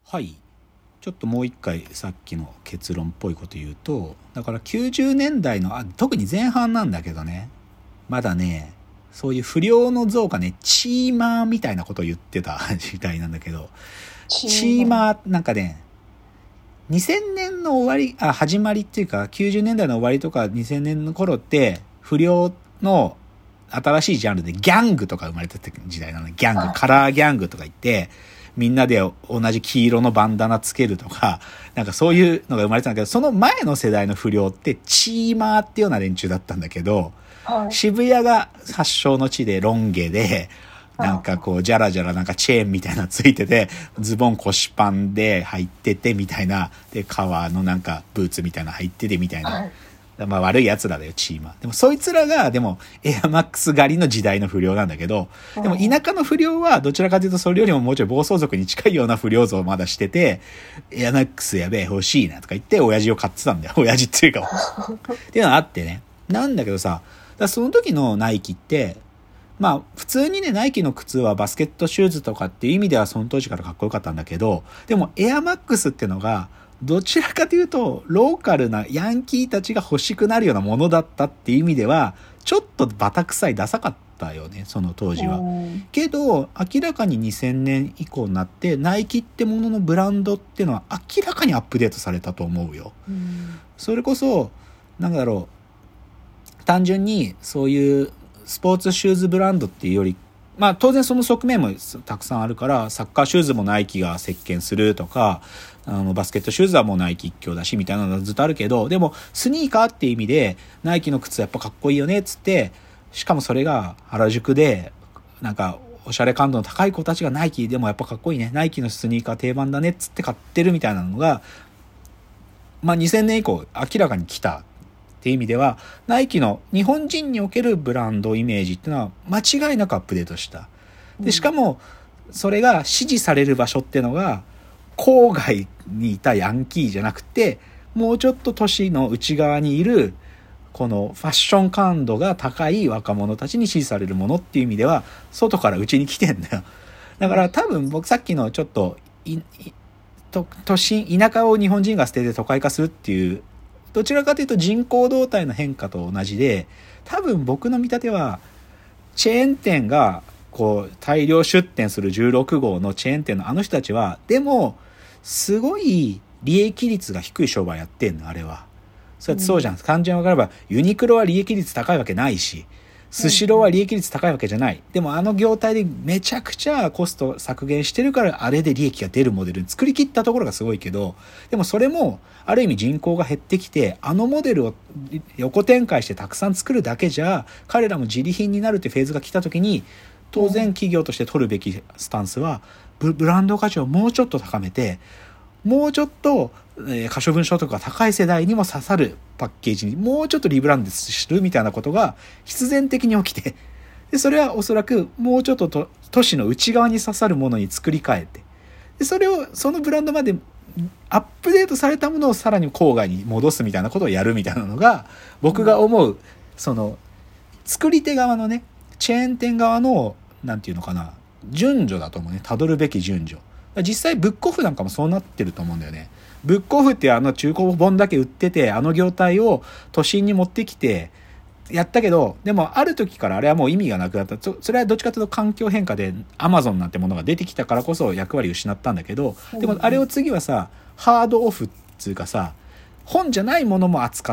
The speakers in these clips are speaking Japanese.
はい。ちょっともう一回さっきの結論っぽいこと言うと、だから90年代の特に前半なんだけどね、まだね、そういう不良の像がね、チーマーみたいなことを言ってた時代なんだけど、チーマーなんかね、2000年の終わり、始まりっていうか、90年代の終わりとか2000年の頃って、不良の新しいジャンルでギャングとか生まれてた時代なの。ギャング、カラーギャングとか言って、みんなで同じ黄色のバンダナつけるとか、なんかそういうのが生まれてたんだけど、その前の世代の不良ってチーマーっていうような連中だったんだけど、渋谷が発祥の地でロン毛で、なんかこう、じゃらじゃらなんかチェーンみたいなついてて、ズボン腰パンで入っててみたいな、で、革のなんかブーツみたいな入っててみたいな。まあ悪い奴らだよ、チーマー。でもそいつらが、でもエアマックス狩りの時代の不良なんだけど、でも田舎の不良はどちらかというとそれよりももうちょい暴走族に近いような不良像をまだしてて、エアマックスやべえ欲しいなとか言って親父を買ってたんだよ。親父っていうか。っていうのがあってね。なんだけどさ、その時のナイキって、まあ普通にね、ナイキの靴はバスケットシューズとかっていう意味ではその当時からかっこよかったんだけど、でもエアマックスっていうのが、どちらかというと、ローカルなヤンキーたちが欲しくなるようなものだったっていう意味では、ちょっとバタ臭いダサかったよね、その当時は。けど、明らかに2000年以降になって、ナイキってもののブランドっていうのは明らかにアップデートされたと思うよ。それこそ、なんだろう、単純にそういうスポーツシューズブランドっていうより、まあ当然その側面もたくさんあるから、サッカーシューズもナイキが席巻するとか、バスケットシューズはもうナイキ一強だしみたいなのがずっとあるけど、でもスニーカーっていう意味でナイキの靴やっぱかっこいいよねっつって、しかもそれが原宿でなんかおしゃれ感度の高い子たちがナイキでもやっぱかっこいいね、ナイキのスニーカー定番だねっつって買ってるみたいなのが、まあ2000年以降明らかに来たっていう意味では、ナイキの日本人におけるブランドイメージっていうのは間違いなくアップデートした。で、しかもそれが支持される場所っていうのが郊外にいたヤンキーじゃなくて、もうちょっと都市の内側にいるこのファッション感度が高い若者たちに支持されるものっていう意味では外からうちに来てんだよ。だから多分僕さっきのちょっと都心田舎を日本人が捨てて都会化するっていう、どちらかというと人口動態の変化と同じで、多分僕の見立てはチェーン店がこう大量出店する16号のチェーン店のあの人たちは、でもすごい利益率が低い商売やってんの、あれは。それってそうじゃん。単純に分かれば、ユニクロは利益率高いわけないし、スシローは利益率高いわけじゃない。でもあの業態でめちゃくちゃコスト削減してるから、あれで利益が出るモデルに作り切ったところがすごいけど、でもそれも、ある意味人口が減ってきて、あのモデルを横展開してたくさん作るだけじゃ、彼らも自利品になるってフェーズが来た時に、当然企業として取るべきスタンスは、ブランド価値をもうちょっと高めて、もうちょっと、可処分所得が高い世代にも刺さるパッケージにもうちょっとリブランドするみたいなことが必然的に起きて、でそれはおそらくもうちょっと都市の内側に刺さるものに作り変えて、でそれをそのブランドまでアップデートされたものをさらに郊外に戻すみたいなことをやるみたいなのが、僕が思うその作り手側のね、チェーン店側のなんていうのかな、順序だと思うね。辿るべき順序。実際ブックオフなんかもそうなってると思うんだよね。ブックオフってあの中古本だけ売ってて、あの業態を都心に持ってきてやったけど、でもある時からあれはもう意味がなくなった。それはどっちかというと環境変化で Amazon なんてものが出てきたからこそ役割を失ったんだけど、でもあれを次はさ、ハードオフっていうかさ、本じゃないものも扱って、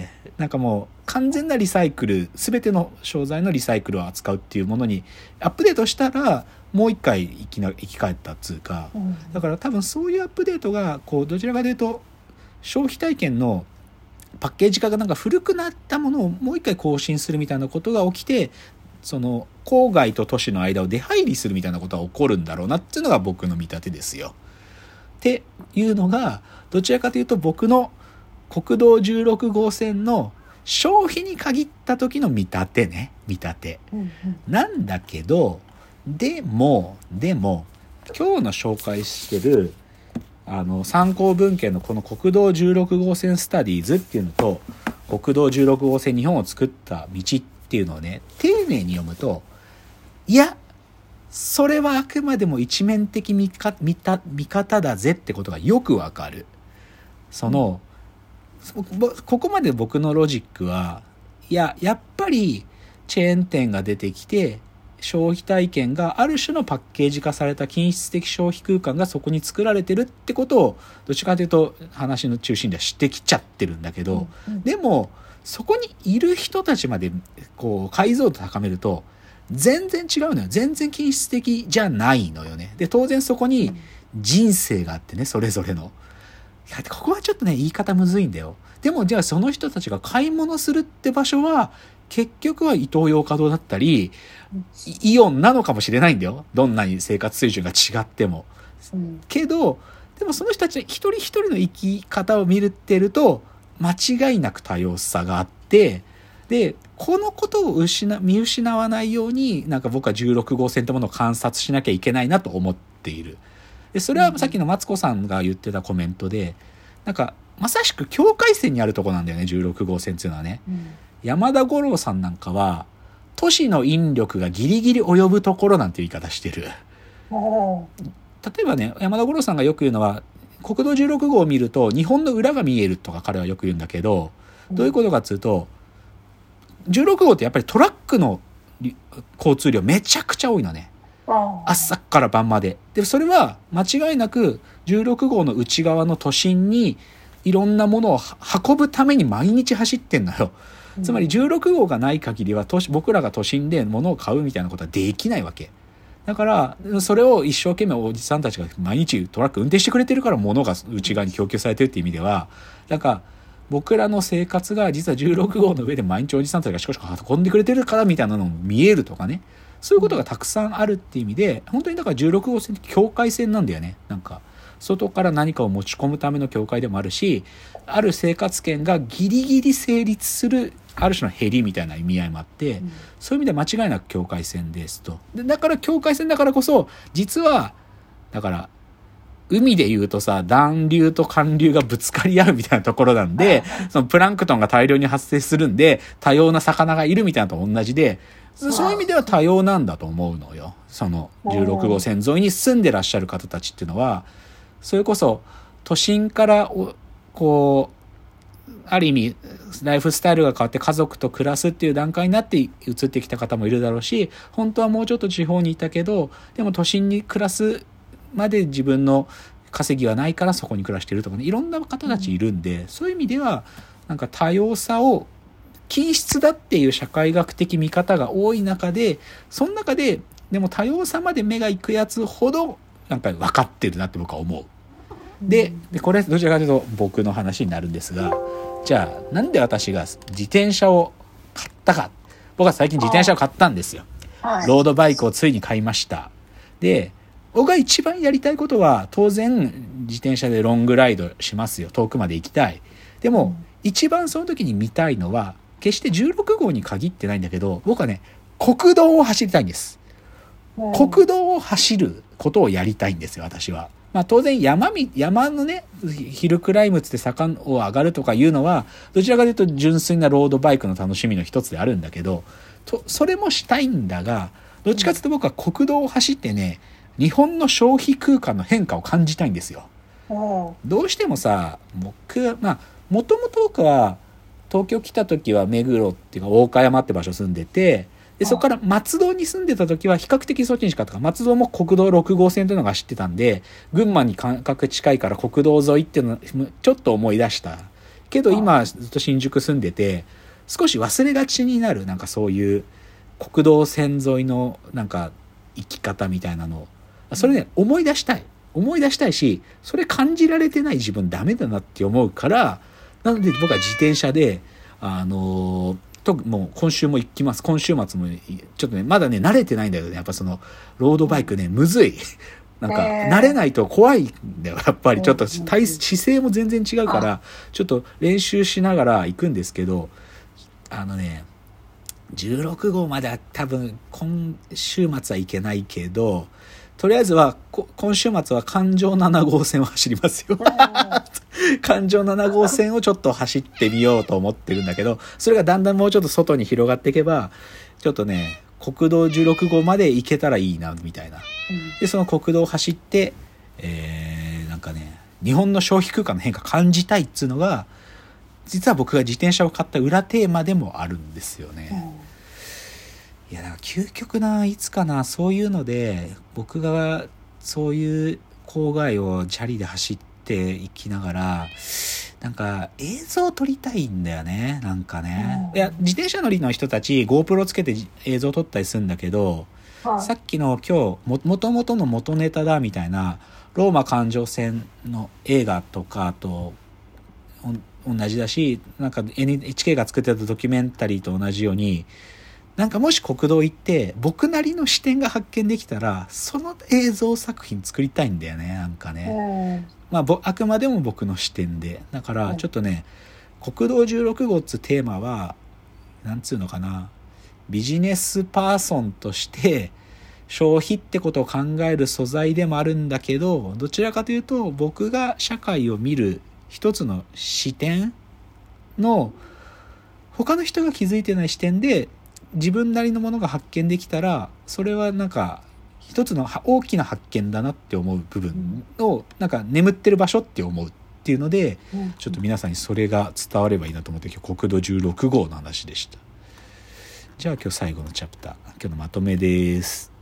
なんかもう完全なリサイクル、全ての商材のリサイクルを扱うっていうものにアップデートしたら、もう一回生き返ったっつうか、だから多分そういうアップデートがこうどちらかというと消費体験のパッケージ化がなんか古くなったものをもう一回更新するみたいなことが起きて、その郊外と都市の間を出入りするみたいなことが起こるんだろうなっていうのが僕の見立てですよ。っていうのがどちらかというと僕の国道16号線の消費に限った時の見立てね、見立て、なんだけど、でも今日の紹介してる参考文献のこの国道16号線スタディーズっていうのと、国道16号線日本を作った道っていうのをね、丁寧に読むと、いやそれはあくまでも一面的見方だぜってことがよくわかる。ここまで僕のロジックは、やっぱりチェーン店が出てきて、消費体験がある種のパッケージ化された均質的消費空間がそこに作られてるってことを、どっちかというと話の中心では知ってきちゃってるんだけど、でもそこにいる人たちまでこう解像度高めると全然違うのよ。全然均質的じゃないのよね。で、当然そこに人生があってね、それぞれの。ここはちょっとね、言い方むずいんだよ。でもじゃあその人たちが買い物するって場所は結局はイトーヨーカドーだったりイオンなのかもしれないんだよ。どんなに生活水準が違っても。けど、でもその人たち一人一人の生き方を見てると間違いなく多様さがあって、で、このことを見失わないように、なんか僕は16号線ってものを観察しなきゃいけないなと思っている。で、それはさっきのマツコさんが言ってたコメントで、なんかまさしく境界線にあるとこなんだよね、16号線っていうのはね。山田五郎さんなんかは都市の引力がギリギリ及ぶところなんていう言い方してる。例えばね、山田五郎さんがよく言うのは、国道16号を見ると日本の裏が見えるとか彼はよく言うんだけど、どういうことかっていうと、16号ってやっぱりトラックの交通量めちゃくちゃ多いのね。朝から晩まで。で、それは間違いなく16号の内側の都心にいろんなものを運ぶために毎日走ってんのよ。つまり16号がない限りは僕らが都心で物を買うみたいなことはできないわけ。だから、それを一生懸命おじさんたちが毎日トラック運転してくれてるから物が内側に供給されてるっていう意味では、なんか僕らの生活が実は16号の上で毎日おじさんたちがしこしこ運んでくれてるからみたいなのも見えるとかね。そういうことがたくさんあるっていう意味で、本当にだから16号線って境界線なんだよね。なんか、外から何かを持ち込むための境界でもあるし、ある生活圏がギリギリ成立する、ある種のヘリみたいな意味合いもあって、そういう意味では間違いなく境界線ですと。だから境界線だからこそ、実は、だから、海で言うとさ、暖流と寒流がぶつかり合うみたいなところなんで、そのプランクトンが大量に発生するんで、多様な魚がいるみたいなのと同じで、そういう意味では多様なんだと思うのよ。その16号線沿いに住んでらっしゃる方たちっていうのは、それこそ都心からこう、ある意味ライフスタイルが変わって家族と暮らすっていう段階になって移ってきた方もいるだろうし、本当はもうちょっと地方にいたけど、でも都心に暮らすまで自分の稼ぎはないからそこに暮らしているとかね、いろんな方たちいるんで、そういう意味ではなんか多様さを均質だっていう社会学的見方が多い中で、その中ででも多様さまで目が行くやつほどなんか分かってるなって僕は思う。でこれどちらかというと僕の話になるんですが、じゃあなんで私が自転車を買ったか。僕は最近自転車を買ったんですよ。ロードバイクをついに買いました。で、僕が一番やりたいことは当然自転車でロングライドしますよ。遠くまで行きたい。でも一番その時に見たいのは決して16号に限ってないんだけど、僕はね、国道を走りたいんです。国道を走ることをやりたいんですよ、私は。まあ当然山のね、ヒルクライムつって坂を上がるとかいうのは、どちらかというと純粋なロードバイクの楽しみの一つであるんだけど、それもしたいんだが、どっちかというと僕は国道を走ってね、日本の消費空間の変化を感じたいんですよ。どうしてもさ、もともと僕は東京来た時は目黒っていうか大岡山って場所住んでて、でそこから松戸に住んでた時は比較的そっちに近かったから、松戸も国道6号線というのが走ってたんで、群馬に感覚近いから国道沿いっていうのちょっと思い出したけど、今ずっと新宿住んでて少し忘れがちになる、なんかそういう国道線沿いのなんか生き方みたいなの、それね、思い出したいし、それ感じられてない自分ダメだなって思うから、なので僕は自転車でもう今週も行きます。今週末もちょっとね、まだね慣れてないんだけどね、やっぱそのロードバイクね、むずい。なんか慣れないと怖いんだよ、やっぱり。ちょっと姿勢も全然違うから、ちょっと練習しながら行くんですけど、16号までは多分今週末は行けないけど、とりあえずは今週末は環状7号線を走りますよ。環状7号線をちょっと走ってみようと思ってるんだけど、それがだんだんもうちょっと外に広がっていけば、ちょっとね、 国道16号まで行けたらいいなみたいな。でその国道を走って、なんかね日本の消費空間の変化感じたいっつうのが実は僕が自転車を買った裏テーマでもあるんですよね。いやだから究極ないつかなそういうので僕がそういう郊外をチャリで走っていきながらなんか映像を撮りたいんだよね。なんかね、いや自転車乗りの人たち GoPro つけて映像撮ったりするんだけど、さっきの今日元々の元ネタだみたいなローマ環状線の映画とかと同じだし、なんか NHK が作ってたドキュメンタリーと同じように、なんかもし国道行って僕なりの視点が発見できたらその映像作品作りたいんだよね。なんかね、まああくまでも僕の視点で、だからちょっとね、国道16号っつうテーマはなんつうのかな、ビジネスパーソンとして消費ってことを考える素材でもあるんだけど、どちらかというと僕が社会を見る一つの視点の他の人が気づいてない視点で自分なりのものが発見できたら、それはなんか一つの大きな発見だなって思う部分をなんか眠ってる場所って思うっていうので、ちょっと皆さんにそれが伝わればいいなと思って今日国道16号の話でした。じゃあ今日最後のチャプター、今日のまとめです。